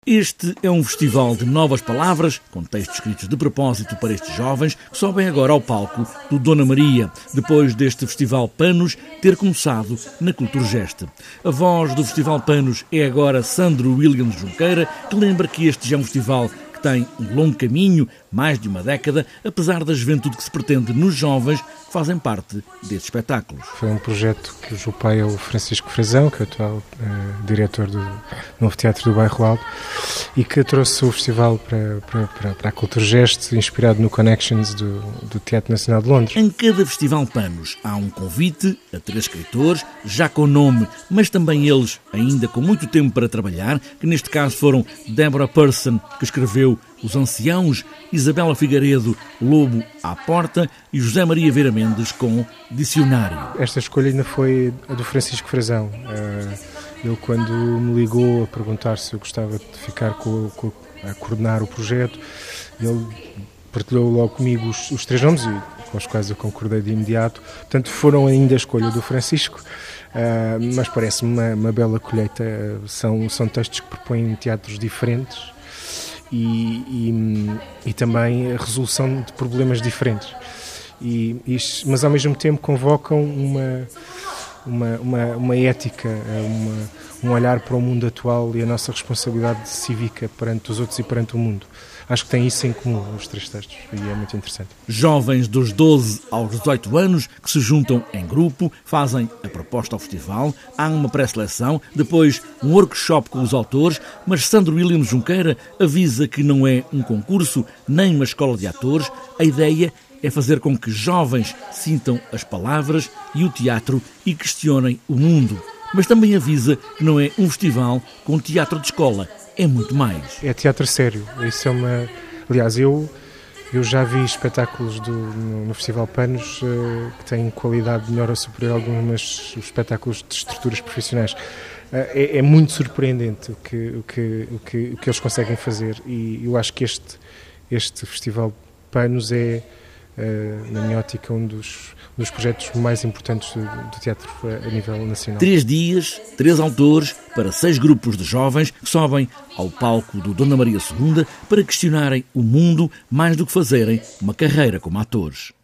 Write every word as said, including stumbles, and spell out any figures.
Este é um festival de novas palavras, com textos escritos de propósito para estes jovens que sobem agora ao palco do Dona Maria, depois deste Festival Panos ter começado na Culturgest. A voz do Festival Panos é agora Sandro Williams Junqueira, que lembra que este já é um festival que tem um longo caminho, mais de uma década, apesar da juventude que se pretende nos jovens que fazem parte destes espetáculos. Foi um projeto cujo pai é o Francisco Frazão, que é o atual uh, diretor do Novo Teatro do Bairro Alto, e que trouxe o festival para, para, para, para a Culturgest, inspirado no Connections do, do Teatro Nacional de Londres. Em cada Festival Panos há um convite a três escritores, já com nome, mas também eles ainda com muito tempo para trabalhar, que neste caso foram Deborah Person, que escreveu Os Anciãos, Isabela Figueiredo, Lobo à Porta, e José Maria Vera Mendes com Dicionário. Esta escolha ainda foi a do Francisco Frazão. Ele, quando me ligou a perguntar se eu gostava de ficar com, com, a coordenar o projeto, ele partilhou logo comigo os, os três nomes, e com os quais eu concordei de imediato. Portanto, foram ainda a escolha do Francisco, mas parece-me uma, uma bela colheita. São, são textos que propõem teatros diferentes, E, e, e também a resolução de problemas diferentes, e, e, mas ao mesmo tempo convocam uma, uma, uma, uma ética, uma, um olhar para o mundo atual e a nossa responsabilidade cívica perante os outros e perante o mundo. Acho que tem isso em comum, os três textos, e é muito interessante. Jovens dos doze aos dezoito anos que se juntam em grupo, fazem a proposta ao festival, há uma pré-seleção, depois um workshop com os autores, mas Sandro Williams Junqueira avisa que não é um concurso nem uma escola de atores. A ideia é fazer com que jovens sintam as palavras e o teatro e questionem o mundo. Mas também avisa que não é um festival com teatro de escola, é muito mais. É teatro sério. Isso é uma... Aliás, eu, eu já vi espetáculos do, no, no Festival Panos uh, que têm qualidade melhor ou superior a alguns espetáculos de estruturas profissionais. Uh, é, é muito surpreendente o que, o, que, o, que, o que eles conseguem fazer, e eu acho que este, este Festival Panos é, uh, na minha ótica, um dos, um dos projetos mais importantes do, do teatro a nível nacional. Três dias, três autores, para seis grupos de jovens que sobem ao palco do Dona Maria segunda para questionarem o mundo mais do que fazerem uma carreira como atores.